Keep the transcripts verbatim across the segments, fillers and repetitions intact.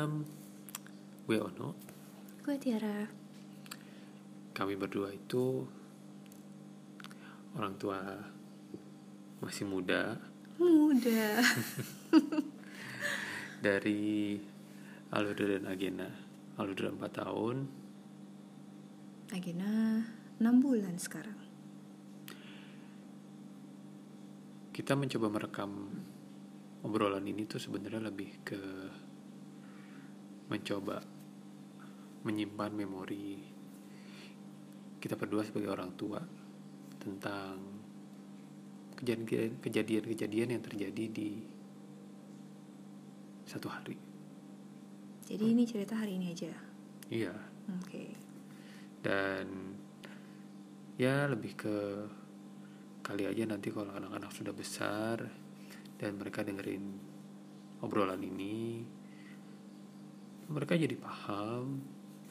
malam. Gue Ono. Gue Tiara. Kami berdua itu orang tua masih muda. Muda. Dari Aludra dan Agena. Aludra empat tahun. Agena enam bulan sekarang. Kita mencoba merekam obrolan ini tuh sebenarnya lebih ke mencoba menyimpan memori kita berdua sebagai orang tua tentang kejadian-kejadian yang terjadi di satu hari. Jadi hmm. ini cerita hari ini aja? Iya. Oke. Okay. Dan ya lebih ke kali aja nanti kalau anak-anak sudah besar dan mereka dengerin obrolan ini, mereka jadi paham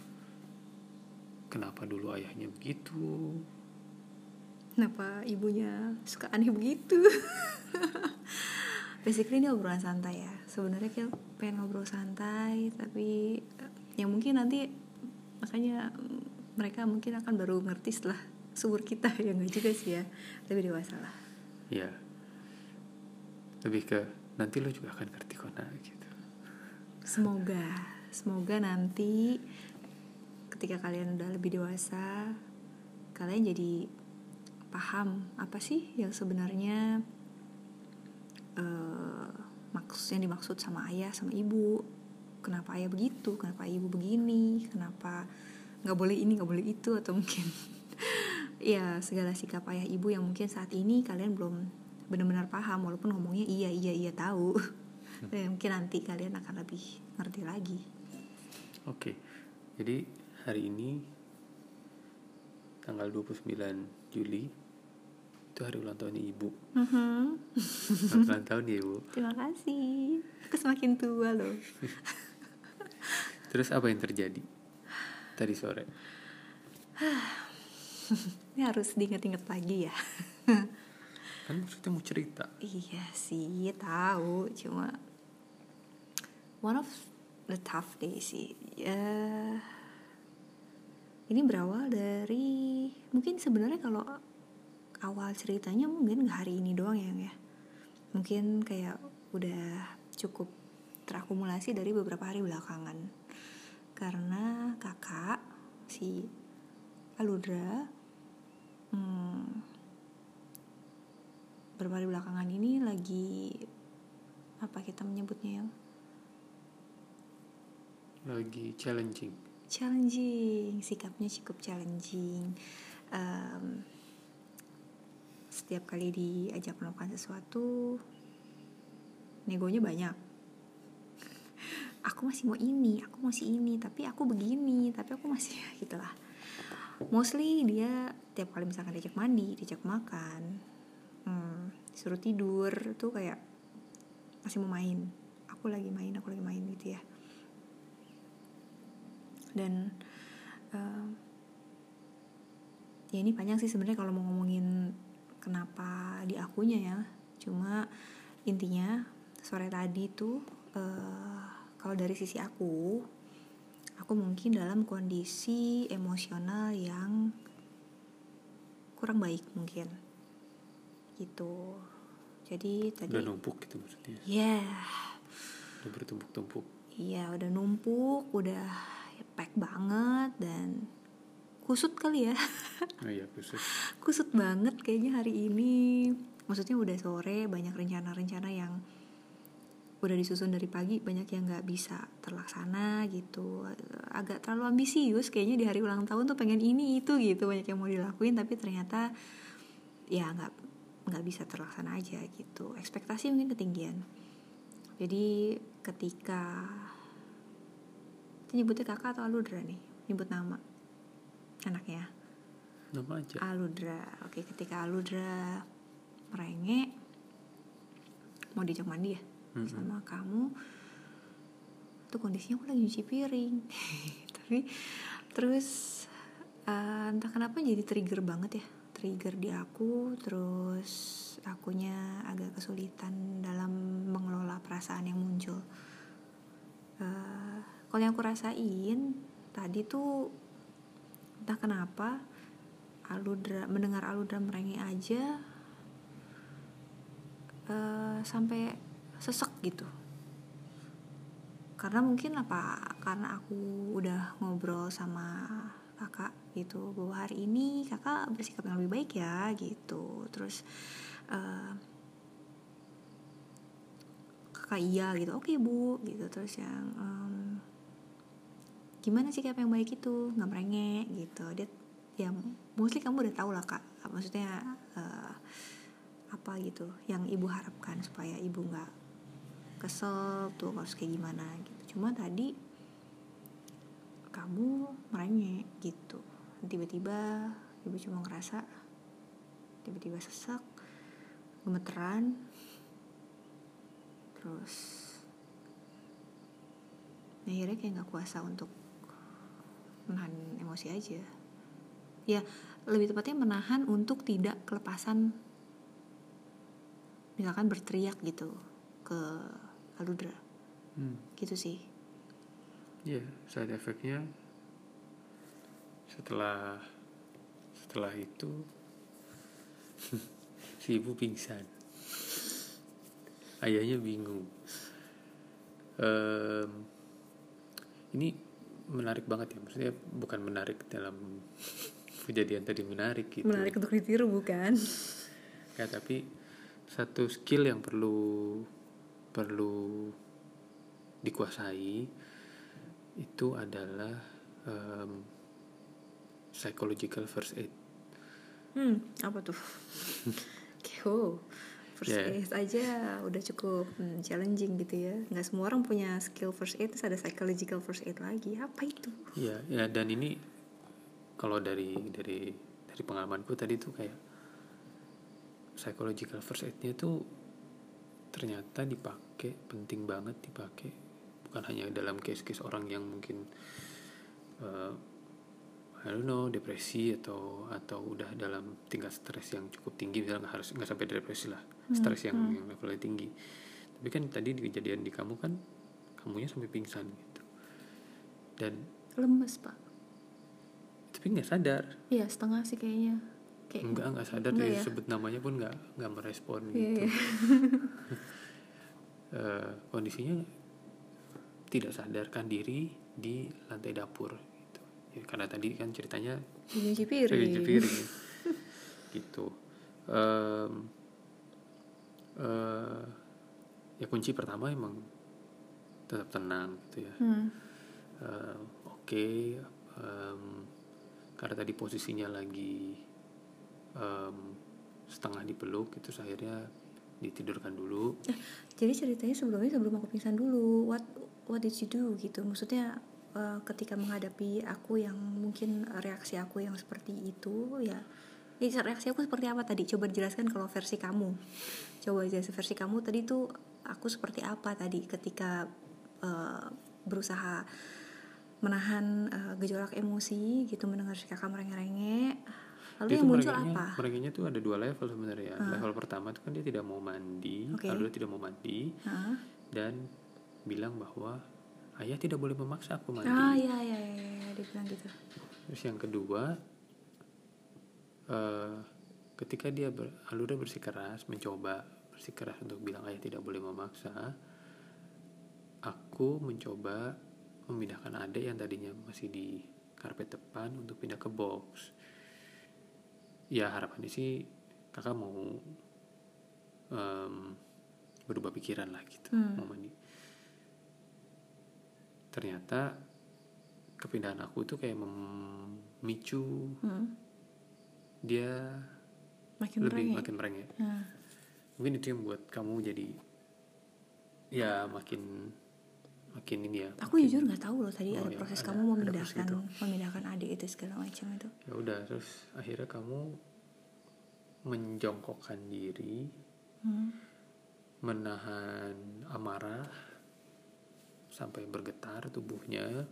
kenapa dulu ayahnya begitu, kenapa ibunya suka aneh begitu. Basically ini obrolan santai ya. Sebenarnya kita pengen ngobrol santai, tapi yang mungkin nanti makanya mereka mungkin akan baru ngerti setelah subur kita. Ya nggak juga sih ya, lebih dewasa lah. Iya. Lebih ke nanti lo juga akan ngerti kok nah gitu. Semoga, semoga nanti ketika kalian udah lebih dewasa, kalian jadi paham apa sih yang sebenarnya uh, maksud yang dimaksud sama ayah sama ibu. Kenapa ayah begitu, kenapa ibu begini, kenapa nggak boleh ini nggak boleh itu, atau mungkin ya segala sikap ayah ibu yang mungkin saat ini kalian belum benar-benar paham walaupun ngomongnya iya iya iya tahu. Dan mungkin nanti kalian akan lebih ngerti lagi. Oke, jadi hari ini tanggal dua puluh sembilan Juli itu hari ulang tahunnya ibu. Mm-hmm. Ulang tahun ya ibu. Terima kasih. Aku semakin tua loh. Terus apa yang terjadi tadi sore? Ini harus diingat-ingat lagi ya. Kan maksudnya mau cerita. Iya sih, tahu. Cuma one of the tough days sih. Ya, ini berawal dari mungkin sebenarnya kalau awal ceritanya mungkin nggak hari ini doang ya, ya. Mungkin kayak udah cukup terakumulasi dari beberapa hari belakangan. Karena kakak si Aludra hmm, beberapa hari belakangan ini lagi apa kita menyebutnya ya? Lagi challenging. Challenging, sikapnya cukup challenging. Um, setiap kali diajak melakukan sesuatu, negonya banyak. Aku masih mau ini, aku masih ini, tapi aku begini, tapi aku masih gitulah. Mostly dia tiap kali misalkan diajak mandi, diajak makan, hmm, disuruh tidur, tuh kayak masih mau main. Aku lagi main, aku lagi main gitu ya. Dan uh, ya ini panjang sih sebenarnya kalau mau ngomongin kenapa di akunya ya. Cuma intinya sore tadi tuh uh, kalau dari sisi aku, aku mungkin dalam kondisi emosional yang kurang baik mungkin, gitu. Jadi tadi. Udah numpuk gitu maksudnya? Iya. Yeah. Udah bertumpuk-tumpuk. Iya, udah numpuk, udah pack banget dan kusut kali ya. Oh iya kusut. Kusut banget kayaknya hari ini. Maksudnya udah sore, banyak rencana-rencana yang udah disusun dari pagi, banyak yang nggak bisa terlaksana gitu. Agak terlalu ambisius kayaknya di hari ulang tahun tuh pengen ini itu gitu, banyak yang mau dilakuin tapi ternyata ya nggak nggak bisa terlaksana aja gitu. Ekspektasi mungkin ketinggian. Jadi ketika itu nyebutnya kakak atau Aludra nih? Nyebut nama anaknya. Nama aja. Aludra. Oke, ketika Aludra merengek mau diajak mandi ya, mm-hmm. sama kamu, tuh kondisinya aku lagi nyuci piring. Tapi terus uh, entah kenapa jadi trigger banget ya, trigger di aku. Terus akunya agak kesulitan dalam mengelola perasaan yang muncul. Uh, Kalau yang aku rasain tadi tuh entah kenapa aludra mendengar aludra merengek aja uh, sampai sesek gitu. Karena mungkin apa? Karena aku udah ngobrol sama kakak gitu bahwa hari ini kakak bersikap yang lebih baik ya gitu. Terus uh, kakak iya gitu, oke bu gitu. Terus yang um, gimana sikap yang baik itu, nggak merengek gitu. Dia ya mostly kamu udah tahu lah kak, maksudnya uh, apa gitu yang ibu harapkan supaya ibu nggak kesel tuh harus kayak gimana gitu. Cuma tadi kamu merengek gitu, tiba-tiba ibu cuma ngerasa tiba-tiba sesak, gemeteran, terus akhirnya kayak nggak kuasa untuk menahan emosi aja. Ya lebih tepatnya menahan untuk tidak kelepasan, misalkan berteriak gitu ke aludra, hmm. gitu sih. Ya, yeah, side effect-nya setelah setelah itu si ibu pingsan, ayahnya bingung. Um, ini menarik banget ya, maksudnya bukan menarik dalam kejadian tadi menarik gitu. Menarik untuk ditiru bukan? Ya, tapi satu skill yang perlu perlu dikuasai itu adalah um, psychological first aid. Hmm, apa tuh? Oh, first yeah. aid aja udah cukup hmm, challenging gitu ya. Nggak semua orang punya skill first aid, terus ada psychological first aid lagi. Apa itu? Iya, ya, dan ini kalau dari dari dari pengalamanku tadi tuh kayak psychological first aid-nya tuh ternyata dipakai, penting banget dipakai, bukan hanya dalam case-case orang yang mungkin uh, I don't know depresi atau atau udah dalam tingkat stres yang cukup tinggi, misalnya nggak harus nggak sampai depresi lah, stres hmm, yang, hmm. yang levelnya tinggi. Tapi kan tadi di kejadian di kamu kan kamunya sampai pingsan gitu dan lemes pak. Tapi nggak sadar. Iya setengah sih kayaknya. Kayak enggak nggak sadar tuh ya? Sebut namanya pun nggak nggak merespon gitu. Yeah. uh, kondisinya tidak sadarkan diri di lantai dapur gitu. Ya, karena tadi kan ceritanya nyuci piring, nyuci piring gitu. Um, uh, ya kunci pertama emang tetap tenang gitu ya. Hmm. Uh, Oke. Okay, um, karena tadi posisinya lagi um, setengah dipeluk, itu akhirnya ditidurkan dulu. Eh, jadi ceritanya sebelumnya sebelum aku pingsan dulu, what what did you do gitu? Maksudnya uh, ketika menghadapi aku yang mungkin reaksi aku yang seperti itu ya, ya reaksi aku seperti apa tadi? Coba dijelaskan kalau versi kamu. Coba jelaskan versi kamu tadi tuh aku seperti apa tadi ketika uh, berusaha menahan uh, gejolak emosi gitu, mendengar si kakak merengek-rengek. Lalu dia yang muncul apa? Merengeknya tuh ada dua level sebenarnya. Uh. Level pertama tuh kan dia tidak mau mandi, okay. Lalu dia tidak mau mandi uh. dan bilang bahwa ayah tidak boleh memaksa aku mandi. Ah iya iya iya, iya. Dia bilang gitu. Terus yang kedua, uh, ketika dia ber, Alura bersikeras mencoba bersikeras untuk bilang ayah tidak boleh memaksa, aku mencoba memindahkan adek yang tadinya masih di karpet depan untuk pindah ke box. Ya harapannya sih kakak mau um, berubah pikiran lah gitu, hmm. mau mandi. Ternyata kepindahan aku tuh kayak memicu hmm. dia makin lebih merengek. makin merengek. Hmm. Mungkin itu yang buat kamu jadi ya makin makin ini ya. Aku makin, jujur nggak tahu loh tadi oh, ada proses ya, kamu ada, memindahkan ada memindahkan adik itu segala macam itu. Ya udah, terus akhirnya kamu menjongkokkan diri, hmm. menahan amarah sampai bergetar tubuhnya,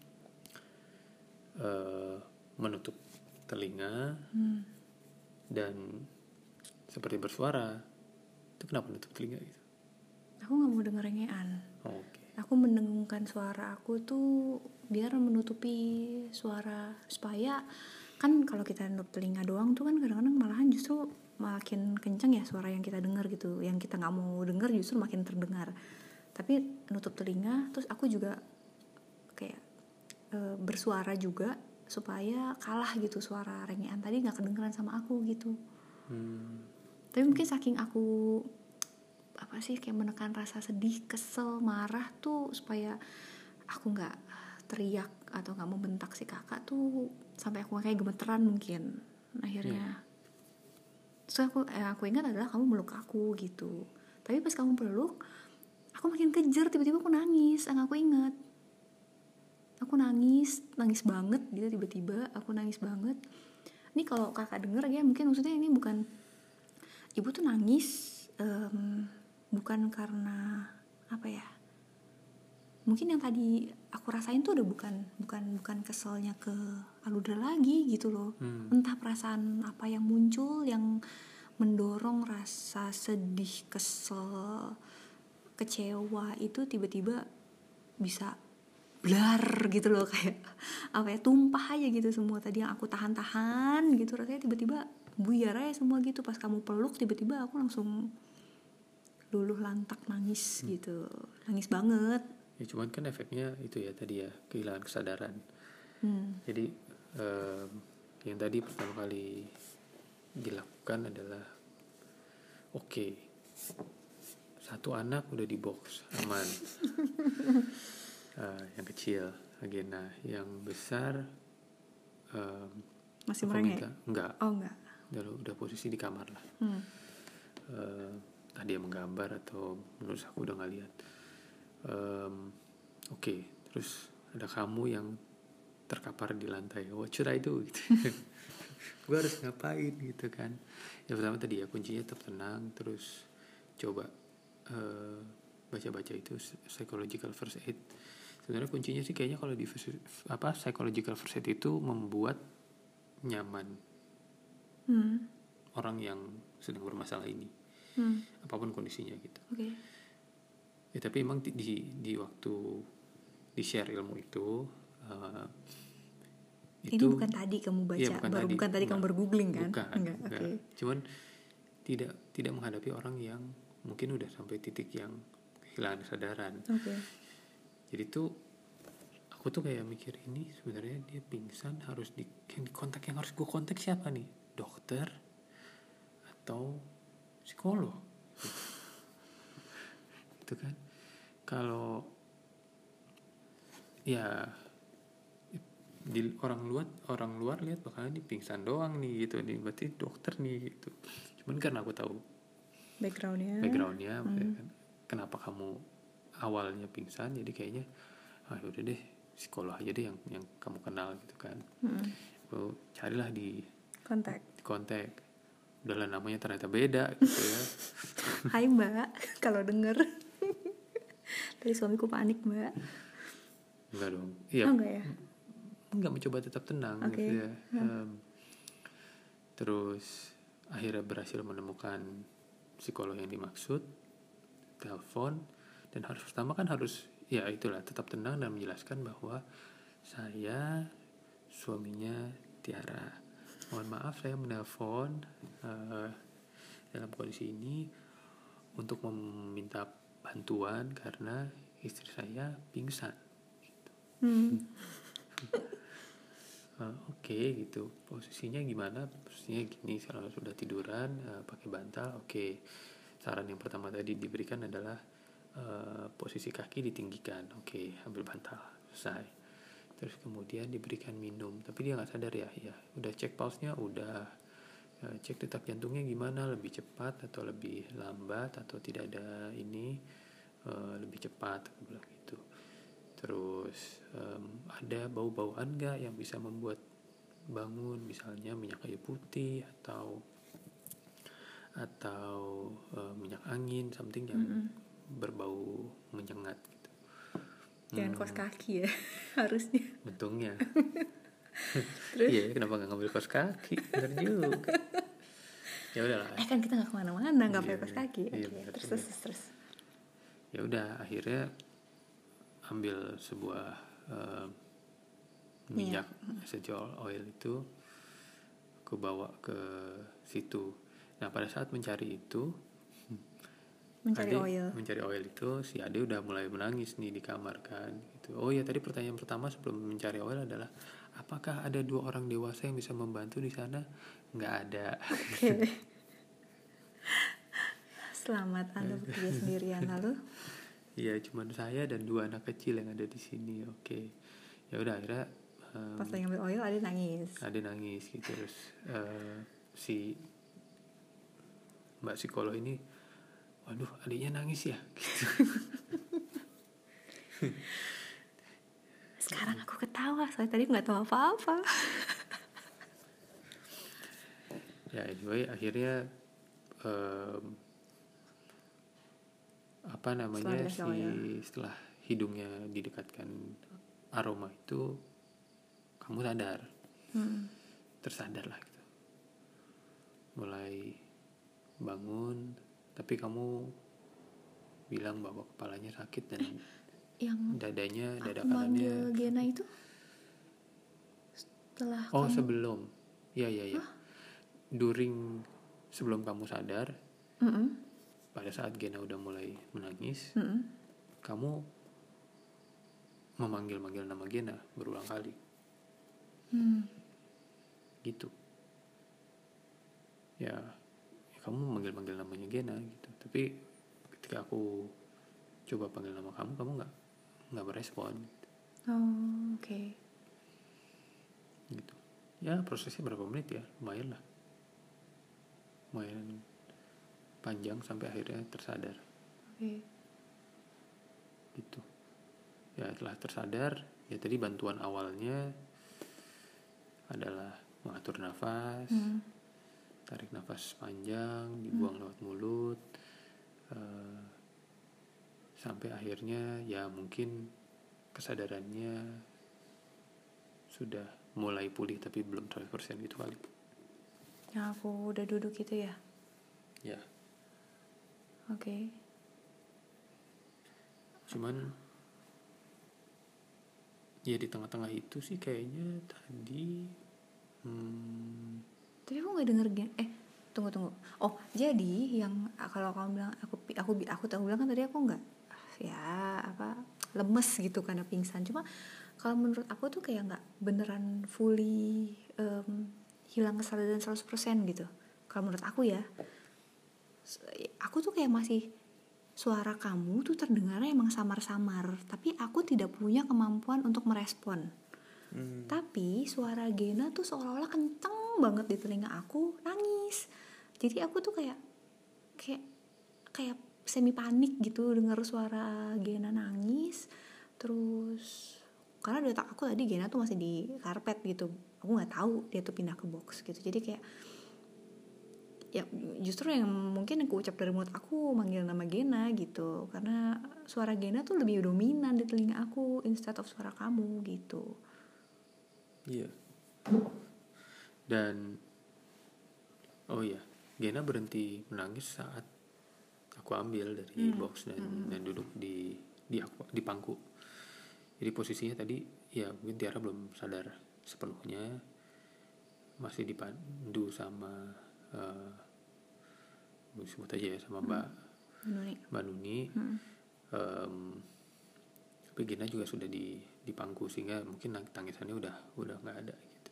uh, menutup telinga hmm. dan seperti bersuara. Itu kenapa menutup telinga gitu? Aku nggak mau denger rengean. Oh, oke. Okay. aku mendengungkan suara aku tuh biar menutupi suara, supaya kan kalau kita nutup telinga doang tuh kan kadang-kadang malahan justru makin kencang ya suara yang kita dengar gitu, yang kita nggak mau dengar justru makin terdengar. Tapi nutup telinga, terus aku juga kayak e, bersuara juga supaya kalah gitu, suara rengean tadi nggak kedengeran sama aku gitu. Hmm. Tapi mungkin saking aku apa sih kayak menekan rasa sedih, kesel, marah tuh supaya aku nggak teriak atau nggak membentak si kakak tuh sampai aku kayak gemeteran mungkin akhirnya. Yeah. Terus aku eh, aku ingat adalah kamu meluk aku gitu. Tapi pas kamu peluk, aku makin kejar, tiba-tiba aku nangis. Yang aku ingat, aku nangis, nangis banget gitu tiba-tiba. Aku nangis banget. Ini kalau kakak denger ya mungkin maksudnya ini bukan, ibu tuh nangis um, bukan karena apa ya, mungkin yang tadi aku rasain tuh udah bukan bukan bukan keselnya ke Aludra lagi gitu loh. hmm. Entah perasaan apa yang muncul yang mendorong rasa sedih, kesel, kecewa itu tiba-tiba bisa blar gitu loh, kayak apa ya, tumpah aja gitu semua tadi yang aku tahan-tahan gitu, rasanya tiba-tiba buyar aja semua gitu. Pas kamu peluk tiba-tiba aku langsung luluh lantak nangis hmm. gitu, nangis banget. Ya cuman kan efeknya itu ya tadi ya, kehilangan kesadaran. hmm. Jadi um, yang tadi pertama kali dilakukan adalah oke, okay, satu anak udah di box aman. uh, yang kecil Agena, yang besar um, masih merengek? Enggak. Oh enggak. Udah, udah posisi di kamar lah. hmm. uh, Entah dia menggambar atau menurut aku udah nggak lihat. Um, Oke, okay. Terus ada kamu yang terkapar di lantai. What should I do? Gitu. Gue harus ngapain gitu kan? Yang pertama tadi ya kuncinya tetap tenang, terus coba uh, baca-baca itu psychological first aid. Sebenarnya kuncinya sih kayaknya kalau di apa psychological first aid itu membuat nyaman hmm. orang yang sedang bermasalah ini. Hmm. Apapun kondisinya gitu. Okay. Ya tapi emang di di, di waktu di share ilmu itu uh, ini itu, bukan tadi kamu baca, ya, bukan baru tadi, bukan tadi enggak, kamu bergoogling kan? Bukan, enggak. enggak. Okay. Cuman tidak tidak menghadapi orang yang mungkin udah sampai titik yang kehilangan kesadaran. Okay. Jadi tuh aku tuh kayak mikir ini sebenarnya dia pingsan, harus di yang dikontak, yang harus gue kontak siapa nih? Dokter atau psikolog? Itu kan kalau ya di orang luar orang luar lihat bakalan ini pingsan doang nih gitu, ini berarti dokter nih gitu. Cuman karena aku tahu backgroundnya backgroundnya hmm. kan, kenapa kamu awalnya pingsan, jadi kayaknya ah udah deh psikolog aja deh yang yang kamu kenal gitu kan. hmm. Aku carilah di kontak di kontak udahlah namanya ternyata beda gitu ya. Hai mbak, kalau denger tadi suamiku panik mbak. Enggak dong. Iya. Oh, enggak ya? Enggak, mencoba tetap tenang okay. gitu ya. Hmm. Um, terus akhirnya berhasil menemukan psikolog yang dimaksud, telepon, dan harus pertama kan harus ya itulah tetap tenang dan menjelaskan bahwa saya suaminya Tiara. Mohon maaf saya menelpon uh, dalam kondisi ini untuk meminta bantuan karena istri saya pingsan. Gitu. Hmm. uh, Oke okay, gitu. Posisinya gimana? Posisinya gini, kalau sudah tiduran uh, pakai bantal. Oke. Okay. Saran yang pertama tadi diberikan adalah uh, posisi kaki ditinggikan. Oke, okay, ambil bantal. Selesai. Terus kemudian diberikan minum, tapi dia nggak sadar ya, ya udah cek pulse-nya, udah ya, cek detak jantungnya gimana, lebih cepat atau lebih lambat atau tidak ada ini uh, lebih cepat, aku bilang gitu. Terus um, ada bau-bauan nggak yang bisa membuat bangun, misalnya minyak kayu putih atau atau uh, minyak angin, something yang mm-hmm. berbau menyengat. Jangan kos kaki ya harusnya. Untungnya. Iya, kenapa nggak ngambil kos kaki? Bener juga. Ya udahlah. Eh kan kita nggak kemana-mana, nggak pakai kos kaki. Iya, Oke, okay, terus terus terus. Ya udah, akhirnya ambil sebuah uh, minyak essential oil itu, aku bawa ke situ. Nah pada saat mencari itu, Mencari Ade, oil. mencari oil itu, si Ade udah mulai menangis nih di kamar kan. Gitu. Oh ya, tadi pertanyaan pertama sebelum mencari oil adalah, apakah ada dua orang dewasa yang bisa membantu di sana? Nggak ada. Oke. Okay. Selamat Anda bekerja sendirian lalu? Iya, cuma saya dan dua anak kecil yang ada di sini. Oke. Okay. Ya udah akhirnya. Um, Pas lagi ngambil oil, Ade nangis. Ade nangis gitu terus uh, si Mbak psikolog ini, waduh adiknya nangis ya gitu. Sekarang aku ketawa soalnya tadi nggak tahu apa-apa. Ya anyway akhirnya um, apa namanya setelah si setelah hidungnya didekatkan aroma itu, kamu sadar, hmm. tersadar lah gitu, mulai bangun, tapi kamu bilang bahwa kepalanya sakit dan eh, yang dadanya, dada aku kanannya. Manggil Gena itu setelah oh kamu... sebelum, ya ya ya, huh? During sebelum kamu sadar, mm-hmm. pada saat Gena udah mulai menangis, mm-hmm. kamu memanggil-manggil nama Gena berulang kali, mm. gitu, ya. Kamu manggil-manggil namanya Gena gitu, tapi ketika aku coba panggil nama kamu, kamu nggak nggak berespon. Gitu. Oh, oke. Okay. Gitu. Ya prosesnya berapa menit ya, lumayan lah, lumayan panjang sampai akhirnya tersadar. Oke. Okay. Gitu. Ya setelah tersadar, ya tadi bantuan awalnya adalah mengatur nafas. Hmm. Tarik nafas panjang, dibuang hmm. lewat mulut, uh, sampai akhirnya ya mungkin kesadarannya sudah mulai pulih tapi belum seratus persen gitu kali. Ya aku udah duduk gitu ya? Ya. Oke. Okay. Cuman ya di tengah-tengah itu sih kayaknya tadi... Hmm, tapi aku nggak denger eh tunggu tunggu oh jadi yang kalau kamu bilang aku aku aku tahu bilang kan tadi aku nggak ya apa lemes gitu karena pingsan, cuma kalau menurut aku tuh kayak nggak beneran fully um, hilang kesadaran seratus persen gitu kalau menurut aku ya. Aku tuh kayak masih suara kamu tuh terdengarnya emang samar-samar, tapi aku tidak punya kemampuan untuk merespon. Hmm. Tapi suara Gena tuh seolah-olah kenceng banget di telinga aku, nangis. Jadi aku tuh kayak kayak kayak semi panik gitu dengar suara Gena nangis. Terus karena di otak aku tadi Gena tuh masih di karpet gitu, aku nggak tahu dia tuh pindah ke box gitu. Jadi kayak ya justru yang mungkin aku ucap dari mulut aku manggil nama Gena gitu, karena suara Gena tuh lebih dominan di telinga aku instead of suara kamu gitu. Iya. Dan oh iya, Gena berhenti menangis saat aku ambil dari hmm. box dan, hmm. dan duduk di di aku di pangku. Jadi posisinya tadi ya mungkin Tiara belum sadar sepenuhnya, masih dipandu sama uh, sebut aja ya sama Mbak Nuni. Mbak Nuni. Hmm. Um, tapi Gena juga sudah di di pangku sehingga mungkin tangisannya udah udah nggak ada gitu.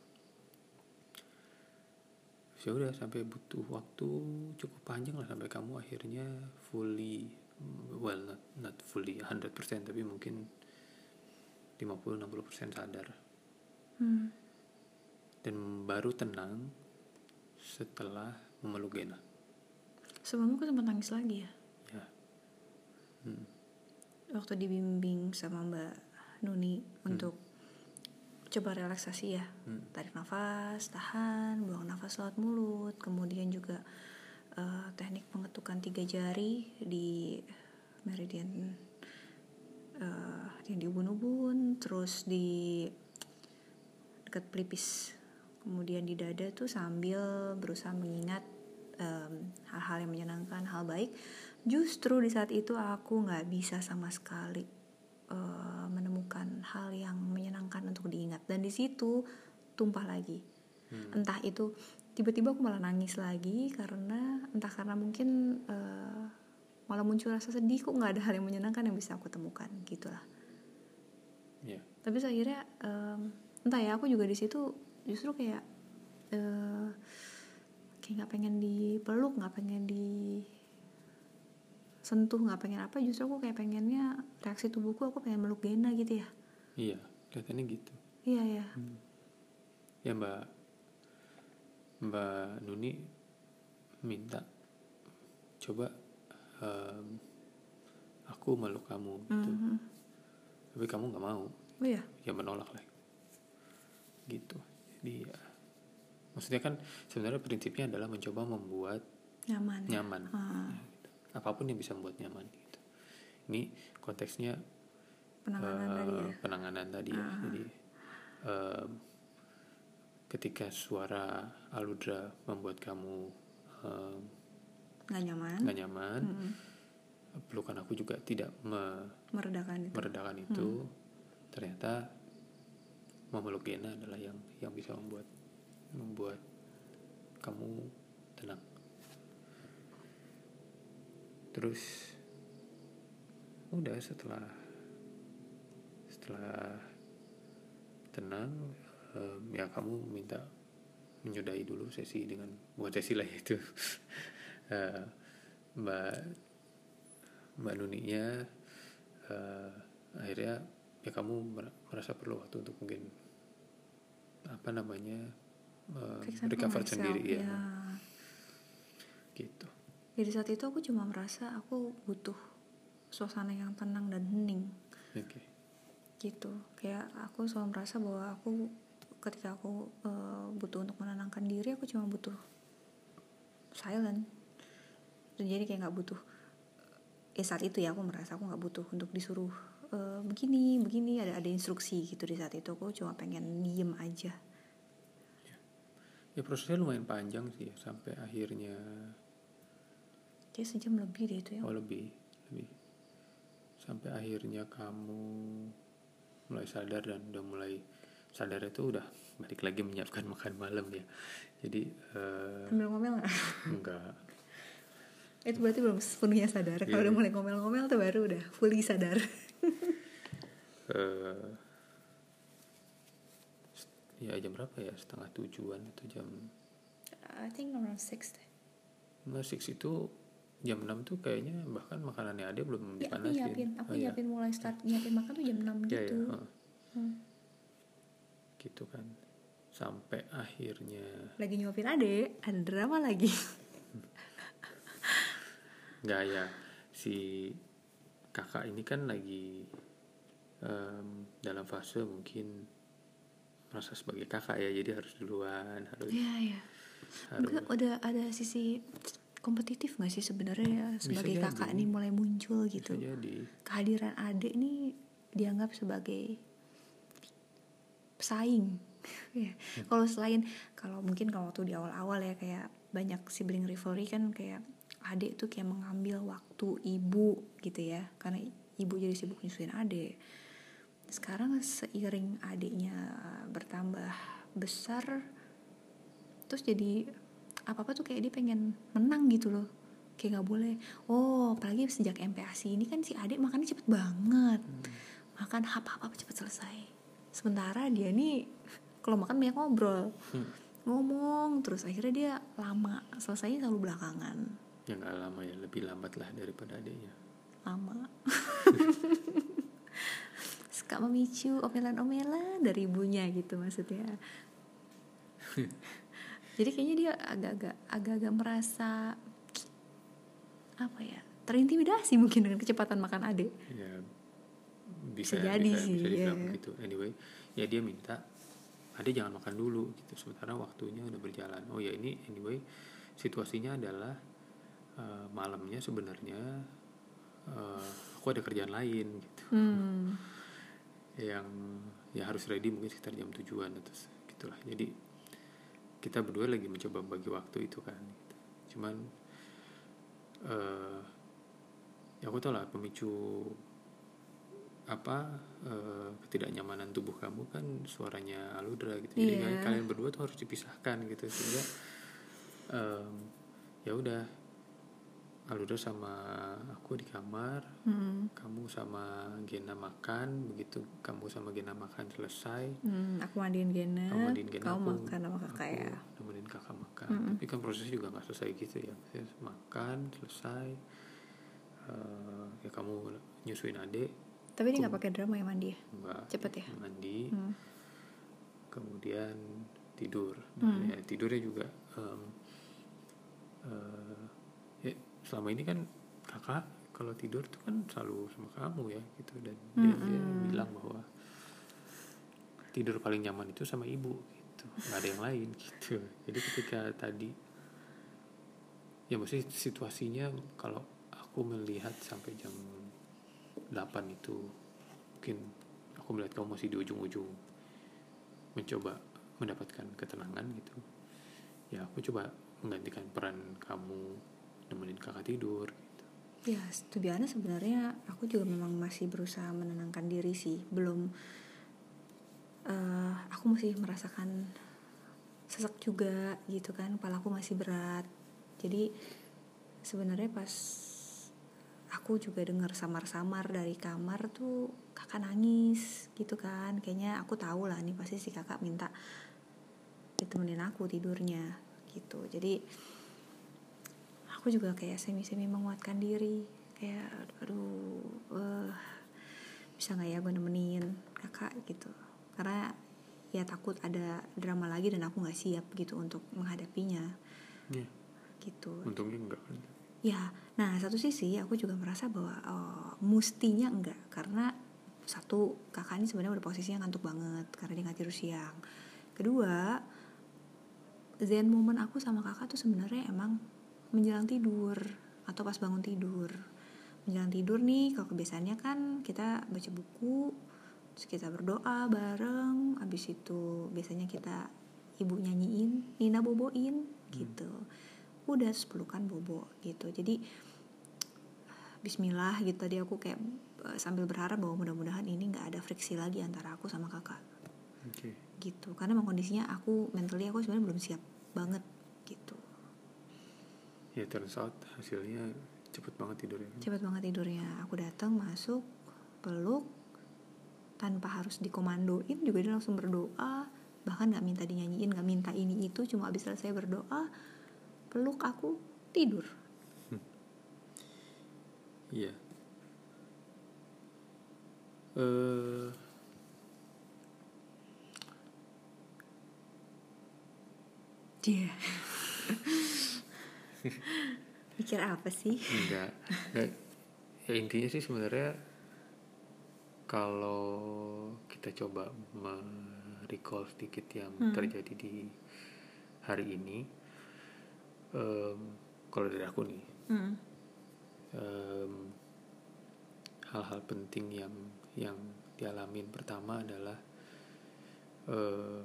Ya udah sampai butuh waktu cukup panjang lah sampai kamu akhirnya fully, well not not fully one hundred percent tapi mungkin lima puluh sampai enam puluh persen sadar. Hmm. Dan baru tenang setelah memeluk Gena. Sebelumnya aku sempat nangis lagi ya. Ya. Hmm. Waktu dibimbing sama Mbak Nuni hmm. untuk coba relaksasi ya, hmm. tarik nafas, tahan, buang nafas lewat mulut, kemudian juga uh, teknik pengetukan tiga jari di meridian uh, yang di ubun-ubun, terus di dekat pelipis, kemudian di dada tuh sambil berusaha mengingat um, hal-hal yang menyenangkan, hal baik. Justru di saat itu aku nggak bisa sama sekali uh, menemukan hal yang menyenangkan untuk diingat, dan di situ tumpah lagi. hmm. Entah itu tiba-tiba aku malah nangis lagi karena entah karena mungkin uh, malah muncul rasa sedih, kok nggak ada hal yang menyenangkan yang bisa aku temukan gitulah. yeah. Tapi akhirnya um, entah ya, aku juga di situ justru kayak uh, kayak nggak pengen dipeluk, nggak pengen disentuh, nggak pengen apa, justru aku kayak pengennya reaksi tubuhku, aku pengen meluk Gena gitu ya. Iya, kelihatannya gitu. Iya ya. Hmm. Ya Mbak Mbak Nuni minta coba um, aku meluk kamu gitu, mm-hmm. tapi kamu nggak mau. Oh iya. Ya menolak lah. Gitu. Jadi ya, maksudnya kan sebenarnya prinsipnya adalah mencoba membuat nyaman. Nyaman. Ya. Ya, gitu. Apapun yang bisa membuat nyaman gitu. Ini konteksnya penanganan uh, tadi ya. Penanganan tadi ya. Jadi uh, ketika suara Aludra membuat kamu uh, nggak nyaman, nggak nyaman, mm-hmm. pelukan aku juga tidak me- meredakan itu. Meredakan itu, hmm. ternyata memeluk Gena adalah yang yang bisa membuat membuat kamu tenang. Terus udah setelah setelah tenang, um, ya kamu minta menyudahi dulu sesi dengan buat sesi lah itu. uh, Mbak Mbak Nuninya uh, akhirnya ya kamu merasa perlu waktu untuk mungkin apa namanya uh, recover sendiri ya. ya. Gitu. Jadi saat itu aku cuma merasa aku butuh suasana yang tenang dan hening. Oke. Okay. Gitu. Kayak aku selalu merasa bahwa aku ketika aku uh, butuh untuk menenangkan diri, aku cuma butuh silent. Jadi kayak nggak butuh. Ya saat itu ya aku merasa aku nggak butuh untuk disuruh uh, begini begini ada ada instruksi gitu. Di saat itu aku cuma pengen diem aja. Ya, ya prosesnya lumayan panjang sih sampai akhirnya. Kayak sejam lebih deh itu ya. Oh lebih lebih. Sampai akhirnya kamu mulai sadar dan udah mulai sadar itu udah balik lagi menyiapkan makan malam ya. Jadi uh, sambil ngomel nggak? Enggak. Itu berarti belum sepenuhnya sadar. Kalau yeah. udah mulai ngomel-ngomel tuh baru udah fully sadar. uh, ya jam berapa ya? Setengah tujuan atau jam? I think around six deh. Nah six itu jam enam tuh kayaknya bahkan makanannya ada belum ya, dipanasin. Aku nyiapin, aku oh, nyiapin ya. mulai start nyiapin makan tuh jam enam ya, gitu. Ya, uh. hmm. Gitu kan. Sampai akhirnya. Lagi nyuapin adek, ada drama lagi. Nggak ya, si kakak ini kan lagi um, dalam fase mungkin merasa sebagai kakak ya, jadi harus duluan, harus. Iya ya. Enggak, udah ada sisi kompetitif nggak sih sebenarnya ya, sebagai bisa kakak jadi. Ini mulai muncul gitu. Bisa jadi. Kehadiran adik ini dianggap sebagai pesaing. ya. Hmm. Kalau selain kalau mungkin kalau waktu di awal-awal ya kayak banyak sibling rivalry kan kayak adik tuh kayak mengambil waktu ibu gitu ya, karena ibu jadi sibuk nyusuin adik. Sekarang seiring adiknya bertambah besar, terus jadi apa-apa tuh kayak dia pengen menang gitu loh, kayak nggak boleh. Oh apalagi sejak M P A S I ini kan si adik makannya cepet banget, hmm. makan hap-hap cepet selesai. Sementara dia nih kalau makan banyak ngobrol, hmm. ngomong terus, akhirnya dia lama selesainya selalu belakangan. Ya nggak lama ya, lebih lambat lah daripada adiknya. Lama. Suka memicu omelan-omelan dari ibunya gitu maksudnya. Jadi kayaknya dia agak-agak agak-agak merasa apa ya, terintimidasi mungkin dengan kecepatan makan adik. Ya bisa, bisa jadi bisa, sih. Bisa dibilang yeah. begitu. Anyway, ya dia minta adik jangan makan dulu gitu. Sementara waktunya udah berjalan. Oh ya ini anyway situasinya adalah uh, malamnya sebenarnya uh, aku ada kerjaan lain gitu. Hmm. Yang ya harus ready mungkin sekitar jam tujuan atau gitulah. Jadi kita berdua lagi mencoba bagi waktu itu kan gitu. Cuman uh, ya aku tau lah pemicu apa uh, ketidaknyamanan tubuh kamu kan suaranya Aludra gitu. Jadi Iya. kalian berdua tuh harus dipisahkan gitu sehingga um, ya udah Aludra sama aku di kamar, Hmm. kamu sama Gena makan, begitu kamu sama Gena makan selesai, Hmm, aku mandiin Gena, kamu mandiin Gena, kamu aku, makan sama kakak aku ya. nemenin kakak makan. Mm-mm. Tapi kan prosesnya juga nggak selesai gitu ya. Saya makan selesai, uh, ya kamu nyusuin adik. Tapi dia nggak pakai drama ya mandi ya? Enggak. Cepet ya? Mandi, Hmm. kemudian tidur. Nah, Hmm. ya, tidurnya juga. Um, uh, ya, selama ini kan kakak kalau tidur tuh kan selalu sama kamu ya gitu, dan dia, dia bilang bahwa tidur paling nyaman itu sama ibu gitu, nggak ada yang lain gitu. Jadi ketika tadi ya mesti situasinya kalau aku melihat sampai jam delapan itu mungkin aku melihat kamu masih di ujung-ujung mencoba mendapatkan ketenangan gitu, ya aku coba menggantikan peran kamu nemenin kakak tidur gitu. Ya, to be honest sebenarnya aku juga memang masih berusaha menenangkan diri sih. Belum, uh, aku masih merasakan sesak juga gitu kan, kepala aku masih berat. Jadi sebenarnya pas aku juga dengar samar-samar dari kamar tuh kakak nangis gitu kan. Kayaknya aku tahu lah nih pasti si kakak minta ditemenin aku tidurnya gitu. Jadi aku juga kayak semi-semi menguatkan diri, kayak aduh uh, bisa nggak ya gue nemenin kakak gitu, karena ya takut ada drama lagi dan aku nggak siap gitu untuk menghadapinya. Ya, gitu. Untungnya enggak kan? Ya, nah satu sisi aku juga merasa bahwa oh, mustinya enggak, karena satu kakak ini sebenarnya udah posisinya ngantuk banget karena dia nggak tidur siang. Kedua, zen moment aku sama kakak tuh sebenarnya emang menjelang tidur atau pas bangun tidur. Menjelang tidur nih, kalau kebiasaannya kan kita baca buku, terus kita berdoa bareng, abis itu biasanya kita ibu nyanyiin, Nina boboin gitu. Hmm. Udah terus pelukan bobo gitu. Jadi bismillah gitu, tadi aku kayak sambil berharap bahwa mudah-mudahan ini nggak ada friksi lagi antara aku sama kakak. Okay. Gitu, karena memang kondisinya aku mentally aku sebenarnya belum siap banget gitu. Ya turns out hasilnya cepet banget tidurnya. Cepet banget tidurnya. Aku datang masuk peluk tanpa harus dikomandoin juga, dia langsung berdoa, bahkan nggak minta dinyanyiin, nggak minta ini itu, cuma abis selesai berdoa peluk aku tidur. Iya. Uh, Dia. Mikir apa sih? Enggak. Enggak. Ya intinya sih sebenarnya kalau kita coba me-recall sedikit yang hmm. terjadi di hari ini, um, kalau dari aku nih, hmm. um, hal-hal penting yang yang dialamin pertama adalah uh,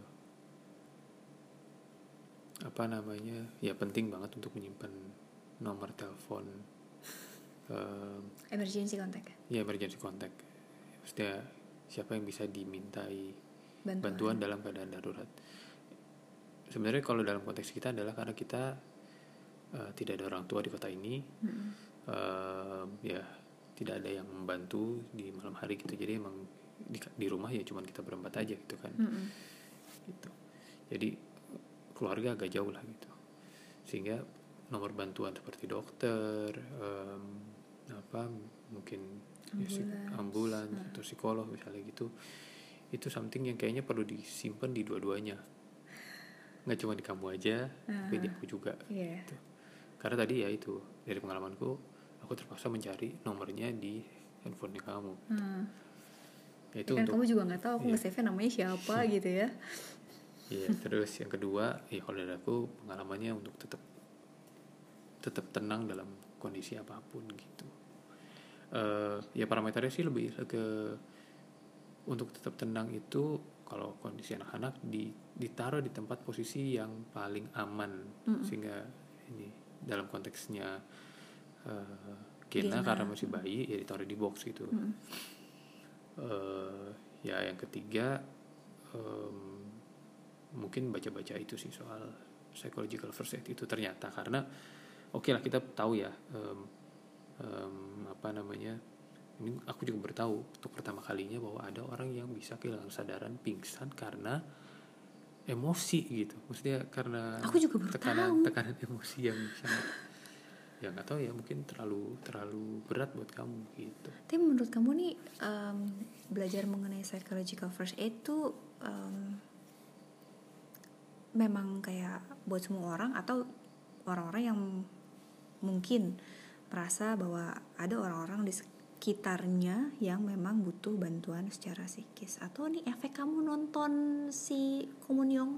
apa namanya, ya penting banget untuk menyimpan nomor telepon um, emergency contact. Ya emergency contact. Maksudnya siapa yang bisa dimintai bantuan, bantuan dalam keadaan darurat. Sebenarnya kalau dalam konteks kita adalah karena kita uh, tidak ada orang tua di kota ini, hmm. uh, ya tidak ada yang membantu di malam hari gitu. Jadi emang di, di rumah ya cuma kita berempat aja gitu kan. Hmm. Gitu. Jadi keluarga agak jauh lah gitu, sehingga nomor bantuan seperti dokter, um, apa mungkin ambulans, ya, ambulans hmm. atau psikolog misalnya gitu, itu something yang kayaknya perlu disimpan di dua-duanya, nggak cuma di kamu aja, uh-huh. tapi di aku juga. Yeah. Gitu. Karena tadi ya itu dari pengalamanku, aku terpaksa mencari nomornya di handphonenya kamu. Hmm. Ya itu ya kan untuk, kamu juga nggak tahu aku yeah. nge-save namanya siapa gitu ya. Iya, terus yang kedua, ya kalau dari aku pengalamannya untuk tetap tetap tenang dalam kondisi apapun gitu. Uh, ya parameternya sih lebih ke untuk tetap tenang itu kalau kondisi anak-anak di, ditaruh di tempat posisi yang paling aman, mm-hmm. sehingga ini dalam konteksnya uh, Gena, Gena karena masih bayi ya ditaruh di box gitu. Mm-hmm. uh, ya yang ketiga um, mungkin baca-baca itu sih soal psychological first aid itu ternyata, karena oke okay lah kita tahu ya um, um, apa namanya, ini aku juga bertahu untuk pertama kalinya bahwa ada orang yang bisa kehilangan kesadaran, pingsan karena emosi gitu, maksudnya karena Aku juga baru tekanan tahu. tekanan emosi yang sangat, ya nggak tahu ya, mungkin terlalu terlalu berat buat kamu gitu. Tapi menurut kamu nih um, belajar mengenai psychological first aid tuh um, memang kayak buat semua orang, atau orang-orang yang mungkin merasa bahwa ada orang-orang di sekitarnya yang memang butuh bantuan secara psikis, atau nih efek kamu nonton si Komunyong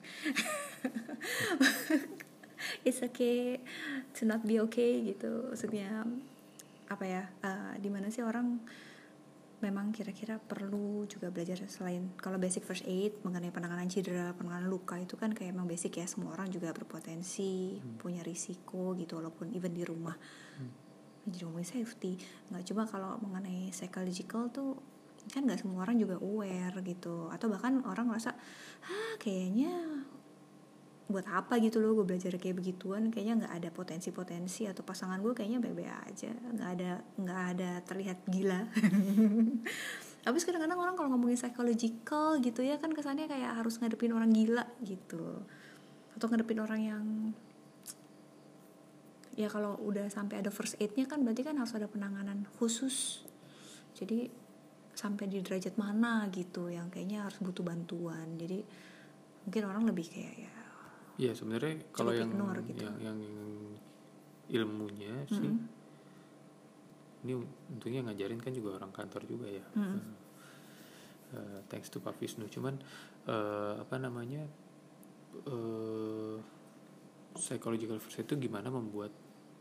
it's okay to not be okay gitu, maksudnya apa ya, uh, dimana sih orang memang kira-kira perlu juga belajar selain kalau basic first aid mengenai penanganan cedera, penanganan luka itu kan kayak emang basic ya, semua orang juga berpotensi hmm. punya risiko gitu, walaupun even di rumah. hmm. Jadi ngomongin safety, nggak cuma kalau mengenai psychological tuh kan nggak semua orang juga aware gitu, atau bahkan orang merasa ah kayaknya buat apa gitu loh gue belajar kayak begituan, kayaknya nggak ada potensi-potensi, atau pasangan gue kayaknya bebe aja, nggak ada nggak ada terlihat gila. Habis kadang-kadang orang kalau ngomongin psychological gitu ya kan kesannya kayak harus ngadepin orang gila gitu, atau ngadepin orang yang ya kalau udah sampai ada first aid-nya kan berarti kan harus ada penanganan khusus, jadi sampai di derajat mana gitu yang kayaknya harus butuh bantuan. Jadi mungkin orang lebih kayak ya iya sebenarnya kalau yang, gitu. yang yang ilmunya sih mm-hmm. ini untungnya ngajarin kan juga orang kantor juga ya, mm-hmm. uh, thanks to Pak Wisnu. Cuman uh, apa namanya uh, psychological first aid itu gimana membuat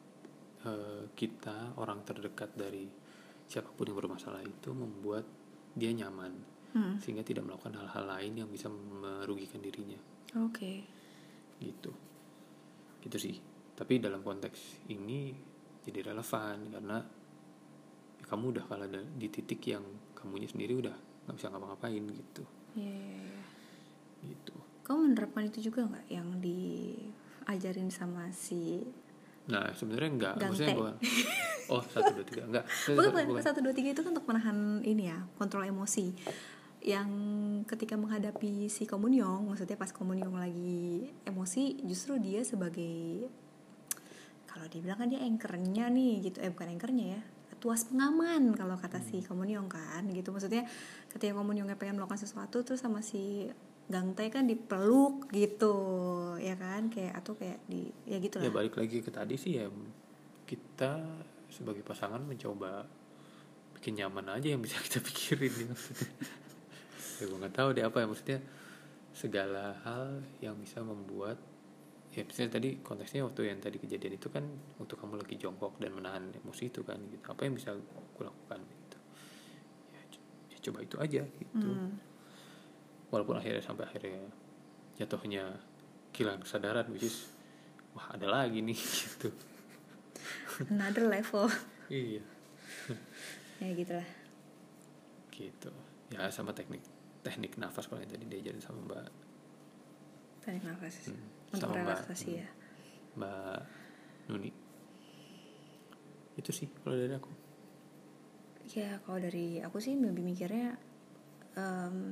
uh, kita orang terdekat dari siapapun yang bermasalah itu membuat dia nyaman, mm-hmm. sehingga tidak melakukan hal-hal lain yang bisa merugikan dirinya. Oke. Okay. Gitu gitu sih. Tapi dalam konteks ini jadi relevan karena ya kamu udah kalau di titik yang kamunya sendiri udah nggak bisa ngapa-ngapain gitu. Iya yeah, yeah, yeah. Gitu. Kamu menerapkan itu juga nggak yang diajarin sama si nah sebenarnya enggak, Gangte. Maksudnya bukan oh satu dua tiga enggak bukan satu dua tiga itu kan untuk menahan ini ya, kontrol emosi. Yang ketika menghadapi si Komunyong, maksudnya pas Komunyong lagi emosi, justru dia sebagai, kalau dibilang kan dia anchornya nih gitu, eh bukan anchornya ya, tuas pengaman kalau kata si Komunyong kan gitu. Maksudnya ketika Komunyongnya pengen melakukan sesuatu terus sama si Gangte kan dipeluk gitu ya kan, kayak atau kayak di ya gitu lah. Ya balik lagi ke tadi sih ya, kita sebagai pasangan mencoba bikin nyaman aja yang bisa kita pikirin ya, maksudnya ya gue nggak tahu deh apa ya, maksudnya segala hal yang bisa membuat ya misalnya tadi konteksnya waktu yang tadi kejadian itu kan waktu kamu lagi jongkok dan menahan emosi itu kan gitu, apa yang bisa aku lakukan gitu ya, ya coba itu aja gitu. hmm. Walaupun akhirnya sampai akhirnya jatuhnya kehilangan kesadaran, which is wah ada lagi nih gitu, another level. Iya. Ya gitulah gitu ya, sama teknik teknik nafas kalau yang tadi diajarin sama Mbak. Teknik nafas hmm, untuk sama relaksasi Mbak, ya Mbak Nuni. Itu sih kalau dari aku. Ya kalau dari aku sih lebih mikirnya um,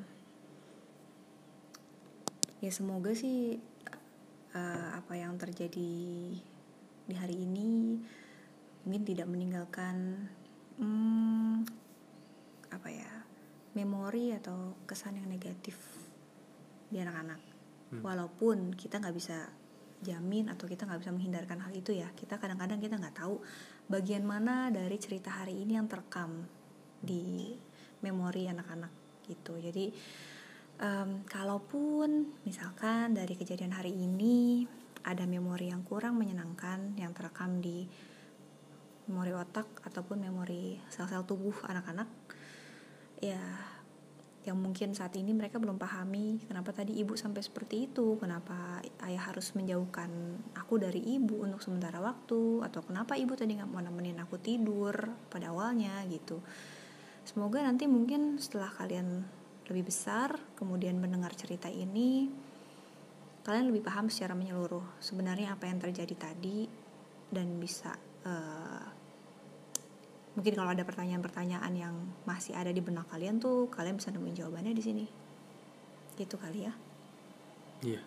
ya semoga sih uh, apa yang terjadi di hari ini mungkin tidak meninggalkan hmm, apa ya, memori atau kesan yang negatif di anak-anak. hmm. Walaupun kita nggak bisa jamin atau kita nggak bisa menghindarkan hal itu ya, kita kadang-kadang kita nggak tahu bagian mana dari cerita hari ini yang terekam di memori anak-anak gitu. Jadi um, kalaupun misalkan dari kejadian hari ini ada memori yang kurang menyenangkan yang terekam di memori otak ataupun memori sel-sel tubuh anak-anak, ya yang mungkin saat ini mereka belum pahami kenapa tadi ibu sampai seperti itu, kenapa ayah harus menjauhkan aku dari ibu untuk sementara waktu, atau kenapa ibu tadi gak mau nemenin aku tidur pada awalnya gitu. Semoga nanti mungkin setelah kalian lebih besar, kemudian mendengar cerita ini, kalian lebih paham secara menyeluruh sebenarnya apa yang terjadi tadi, dan bisa uh, mungkin kalau ada pertanyaan-pertanyaan yang masih ada di benak kalian tuh, kalian bisa nemuin jawabannya di sini. Gitu kali ya. Iya.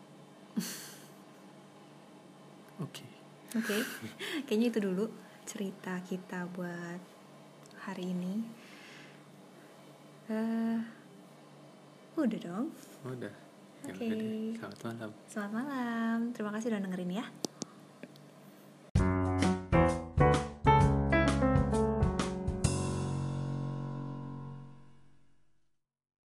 Oke. Oke. Kayaknya itu dulu cerita kita buat hari ini. Uh, udah dong. Udah. Ya Oke. udah deh. Selamat malam. Selamat malam. Terima kasih udah dengerin ya.